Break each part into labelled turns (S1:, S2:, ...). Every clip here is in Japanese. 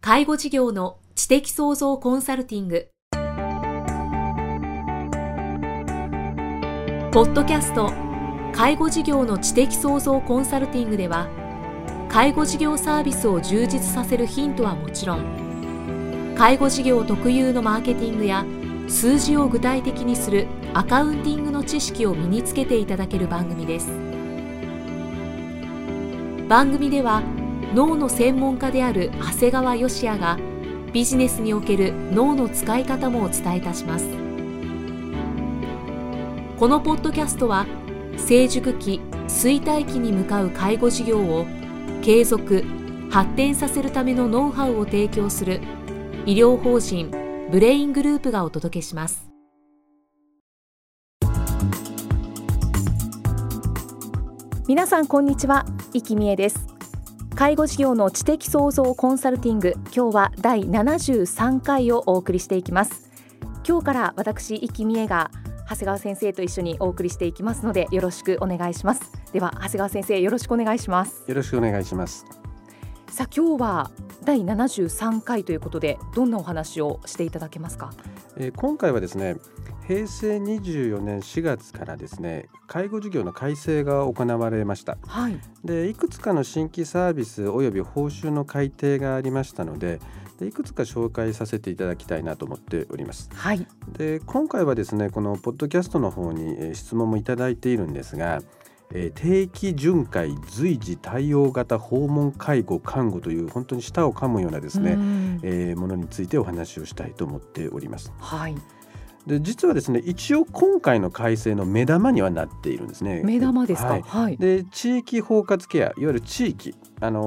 S1: 介護事業の知的創造コンサルティング。ポッドキャスト介護事業の知的創造コンサルティングでは、介護事業サービスを充実させるヒントはもちろん、介護事業特有のマーケティングや数字を具体的にするアカウンティングの知識を身につけていただける番組です。番組では脳の専門家である長谷川芳也がビジネスにおける脳の使い方もお伝えいたします。このポッドキャストは成熟期・衰退期に向かう介護事業を継続・発展させるためのノウハウを提供する医療法人ブレイングループがお届けします。
S2: 皆さんこんにちは、生きみえです。介護事業の知的創造コンサルティング、今日は第73回をお送りしていきます。今日から私生きみえが長谷川先生と一緒にお送りしていきますので、よろしくお願いします。では長谷川先生、よろしくお願いします。
S3: よろしくお願いします。
S2: さあ、今日は第73回ということで、どんなお話をしていただけますか？
S3: 今回はですね、平成24年4月からですね、介護事業の改正が行われました。
S2: はい。
S3: で、いくつかの新規サービスおよび報酬の改定がありましたので、いくつか紹介させていただきたいなと思っております。
S2: はい。
S3: で、今回はですね、このポッドキャストの方に質問もいただいているんですが、定期巡回随時対応型訪問介護看護という本当に舌を噛むようなですね、ものについてお話をしたいと思っております。
S2: はい。
S3: で、実はですね、一応今回の改正の目玉にはなっているんですね。
S2: 目玉ですか？
S3: はい。
S2: はい。
S3: で、地域包括ケア、いわゆる地域、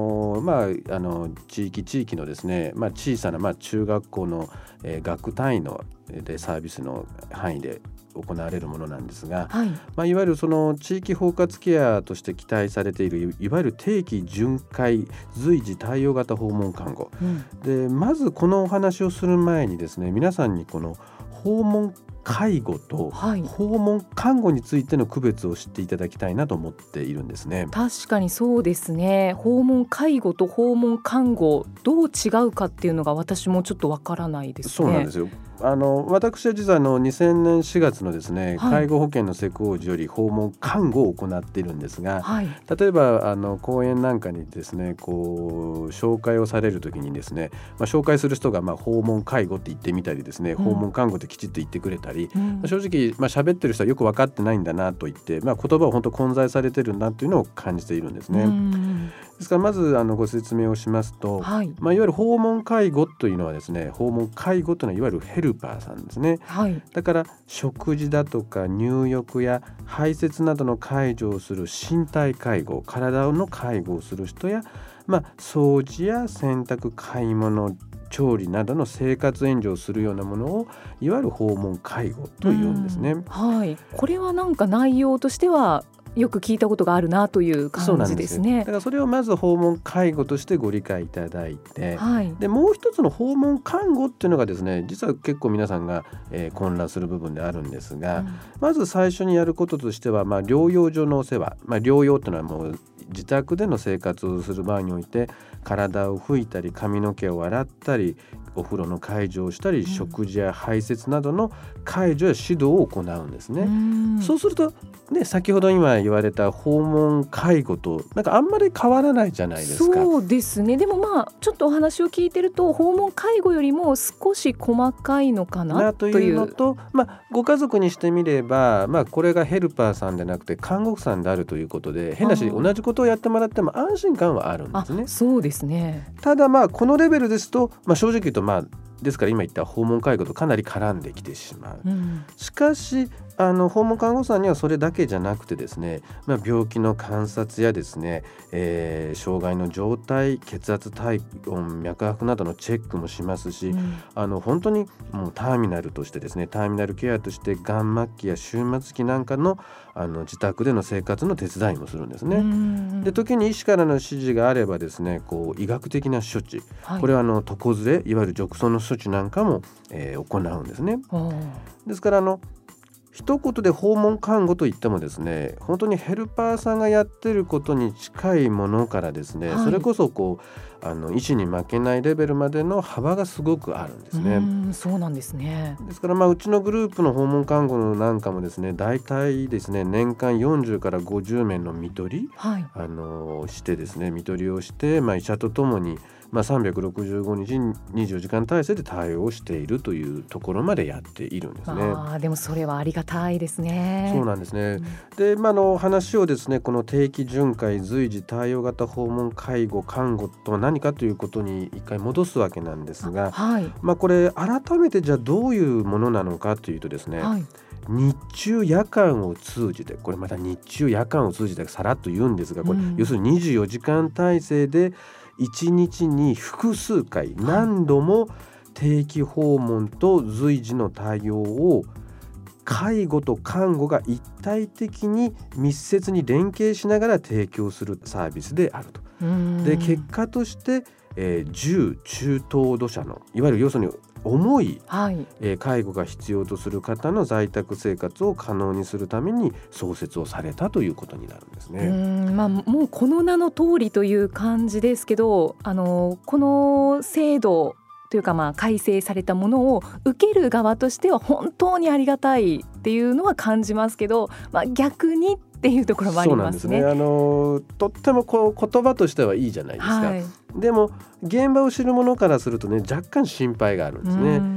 S3: 地域のですね、小さな、中学校の、学単位のでサービスの範囲で行われるものなんですが、
S2: はい。
S3: いわゆるその地域包括ケアとして期待されている、いわゆる定期巡回随時対応型訪問看護、で、まずこのお話をする前にですね、皆さんにこの訪問介護と訪問看護についての区別を知っていただきたいなと思っているんですね。
S2: 確かにそうですね。訪問介護と訪問看護、どう違うかっていうのが私もちょっとわからないですね。
S3: そうなんですよ。私は実は2000年4月のですね、
S2: はい、介
S3: 護保険の施行時より訪問看護を行っているんですが、
S2: はい、
S3: 例えば講演なんかにですね、紹介をされるときにですね、紹介する人が訪問介護って言ってみたりですね、訪問看護ってきちっと言ってくれたり、正直喋ってる人はよく分かってないんだなと言って、言葉を本当混在されてるんだというのを感じているんですね。ですからまずご説明をしますと、
S2: はい、
S3: いわゆる訪問介護というのはですね、訪問介護というのはいわゆるヘルパーさんですね。
S2: はい、
S3: だから食事だとか入浴や排泄などの介助をする身体介護、体の介護をする人や、掃除や洗濯、買い物、調理などの生活援助をするようなものをいわゆる訪問介護というんですね。
S2: はい、これはなんか内容としてはよく聞いたことがあるなという感じですね。
S3: だからそれをまず訪問介護としてご理解いただいて、
S2: はい、
S3: でもう一つの訪問看護っていうのがですね、実は結構皆さんが、混乱する部分であるんですが、まず最初にやることとしては、療養所のお世話、療養っていうのはもう自宅での生活をする場合において、体を拭いたり髪の毛を洗ったりお風呂の介助をしたり、食事や排泄などの介助や指導を行うんですね。そうするとね、先ほど今言われた訪問介護となんかあんまり変わらないじゃないですか。
S2: そうですね。でもちょっとお話を聞いてると、訪問介護よりも少し細かいのかなという
S3: のと、ご家族にしてみれば、これがヘルパーさんでなくて看護婦さんであるということで、変なし同じことをやってもらっても安心感はあるんですね。
S2: そうですね。
S3: ただこのレベルですと、正直言うとですから今言った訪問介護とかなり絡んできてしまう。しかし訪問看護師さんにはそれだけじゃなくてですね、病気の観察やですね、障害の状態、血圧、体温、脈拍などのチェックもしますし、本当にもうターミナルとしてですね、ターミナルケアとしてがん末期や終末期なんかの、自宅での生活の手伝いもするんですね。で、時に医師からの指示があればですね、医学的な処置、これは床ずれ、いわゆる褥瘡の処置なんかも、行うんですね。ですから一言で訪問看護といってもですね、本当にヘルパーさんがやってることに近いものからですね、それこそ医師に負けないレベルまでの幅がすごくあるんですね。
S2: そうなんですね。
S3: ですからうちのグループの訪問看護なんかもですね、大体ですね年間40から50名の看取り、してですね、看取りをして、医者とともに365日24時間体制で対応しているというところまでやっているんですね。
S2: でもそれはありがたいですね。
S3: そうなんですね。で、話をですね、この定期巡回随時対応型訪問介護看護とは何かということに一回戻すわけなんですが、これ改めてじゃあどういうものなのかというとですね、日中夜間を通じて、これまた日中夜間を通じてさらっと言うんですが、これ要するに24時間体制で1日に複数回何度も定期訪問と随時の対応を介護と看護が一体的に密接に連携しながら提供するサービスであると。で、結果として重中等度者のいわゆる要するに重い、介護が必要とする方の在宅生活を可能にするために創設をされたということになるんですね。
S2: もうこの名の通りという感じですけど、この制度というか改正されたものを受ける側としては本当にありがたいっていうのは感じますけど、逆にっていうところもありますね。
S3: そうなんですね。とっても言葉としてはいいじゃないですか。でも現場を知る者からするとね、若干心配があるんですね。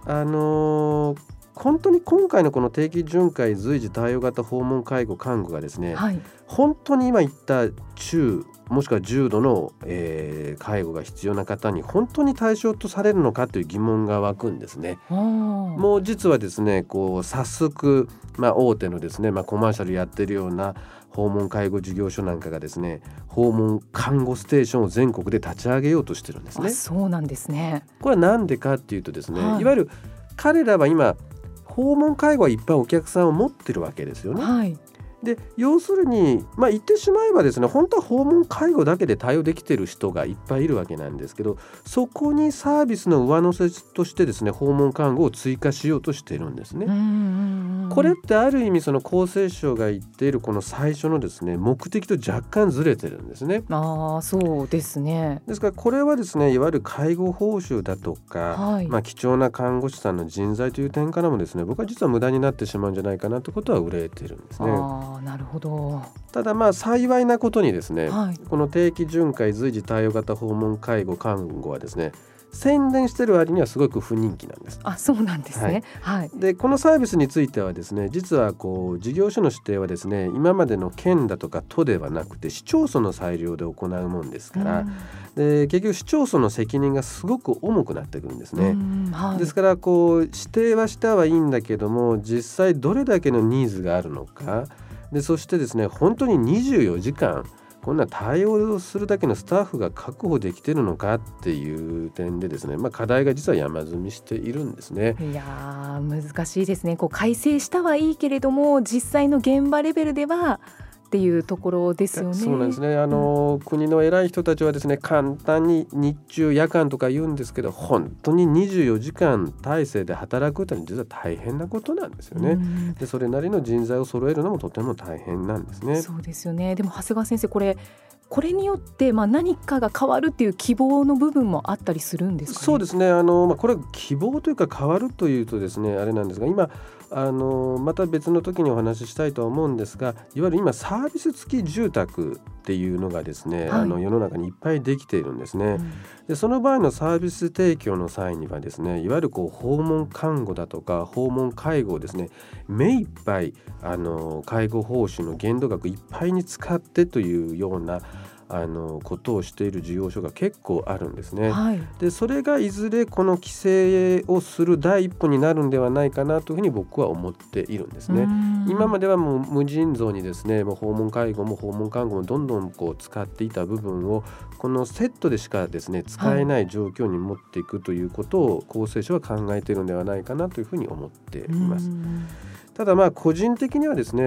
S3: 本当に今回のこの定期巡回随時対応型訪問介護看護がですね、本当に今言った中もしくは重度の、介護が必要な方に本当に対象とされるのかという疑問が湧くんですね。もう実はですね、早速、大手のですね、コマーシャルやってるような訪問介護事業所なんかがですね、訪問看護ステーションを全国で立ち上げようとしてるんですね。
S2: そうなんですね。
S3: これはなんでかっていうとですね、いわゆる彼らは今訪問介護はいっぱいお客さんを持ってるわけですよね。で、要するに、言ってしまえばですね、本当は訪問介護だけで対応できてる人がいっぱいいるわけなんですけど、そこにサービスの上乗せとしてですね、訪問看護を追加しようとしてるんですね。これってある意味その厚生省が言っているこの最初のですね目的と若干ずれてるんですね。
S2: そうですね。
S3: ですからこれはですね、いわゆる介護報酬だとか、貴重な看護師さんの人材という点からもですね、僕は実は無駄になってしまうんじゃないかなということは憂えてるんですね。
S2: なるほど。
S3: ただ幸いなことにですね、この定期巡回随時対応型訪問介護看護はですね、宣伝してる割にはすごく不人気なんです。
S2: そうなんですね。
S3: で、このサービスについてはですね、実は事業所の指定はですね、今までの県だとか都ではなくて市町村の裁量で行うもんですから、で結局市町村の責任がすごく重くなってくるんですね。ですから指定はしたはいいんだけども、実際どれだけのニーズがあるのかで、そしてですね、本当に24時間こんな対応するだけのスタッフが確保できているのかっていう点でですね、課題が実は山積みしているんですね。
S2: いや難しいですね。改正したはいいけれども実際の現場レベルではっていうところですよね。
S3: そうなんですね。国の偉い人たちはですね、簡単に日中夜間とか言うんですけど、本当に24時間体制で働くというのは実は大変なことなんですよね。でそれなりの人材を揃えるのもとても大変なんですね。
S2: そうですよね。でも長谷川先生、これによって何かが変わるっていう希望の部分もあったりするんですかね。
S3: そうですね。これは希望というか変わるというとですね、あれなんですが、今また別の時にお話ししたいとは思うんですが、いわゆる今サービス付き住宅っていうのがですね、世の中にいっぱいできているんですね。でその場合のサービス提供の際にはですね、いわゆる訪問看護だとか訪問介護をですね、目いっぱい介護報酬の限度額いっぱいに使ってというようなことをしている事業所が結構あるんですね。でそれがいずれこの規制をする第一歩になるんではないかなというふうに僕は思っているんですね。今まではもう無尽蔵にですね、もう訪問介護も訪問看護もどんどん使っていた部分をこのセットでしかですね使えない状況に持っていくということを厚生省は考えているのではないかなというふうに思っています。ただ個人的にはですね、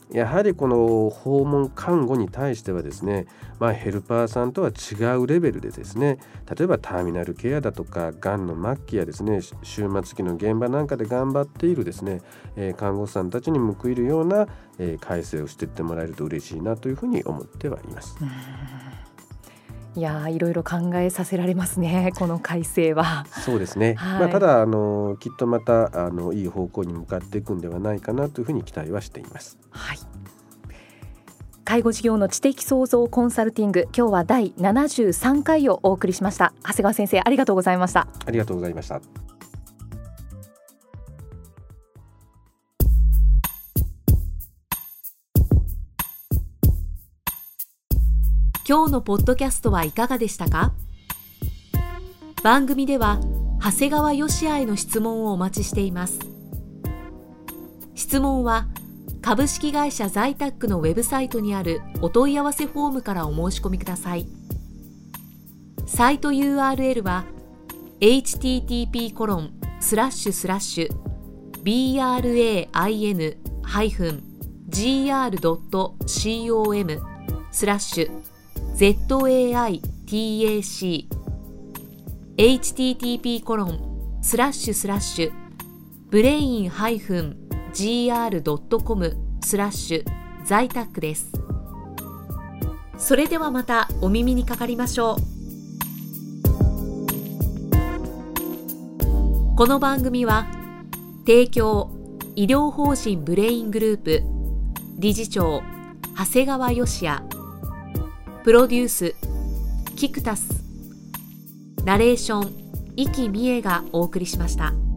S3: やはりこの訪問看護に対してはですね、ヘルパーさんとは違うレベルでですね、例えばターミナルケアだとかがんの末期やですね、終末期の現場なんかで頑張っているですね、看護師さんたちに報いるような、改正をしていってもらえると嬉しいなというふうに思ってはいます。
S2: いや、いろいろ考えさせられますね、この改正は。
S3: そうですね、
S2: はい、
S3: ただきっとまたいい方向に向かっていくんではないかなというふうに期待はしています。
S2: はい、介護事業の知的創造コンサルティング、今日は第73回をお送りしました。長谷川先生、ありがとうございました。
S3: ありがとうございました。
S1: 今日のポッドキャストはいかがでしたか？番組では長谷川芳也への質問をお待ちしています。質問は株式会社在宅のウェブサイトにあるお問い合わせフォームからお申し込みください。サイト URL は http://brain-in.com/zaitac http://brain-gr.com/在宅です。それではまたお耳にかかりましょう。この番組は提供医療法人ブレイングループ理事長長谷川芳也、プロデュースキクタス、ナレーション生きみえがお送りしました。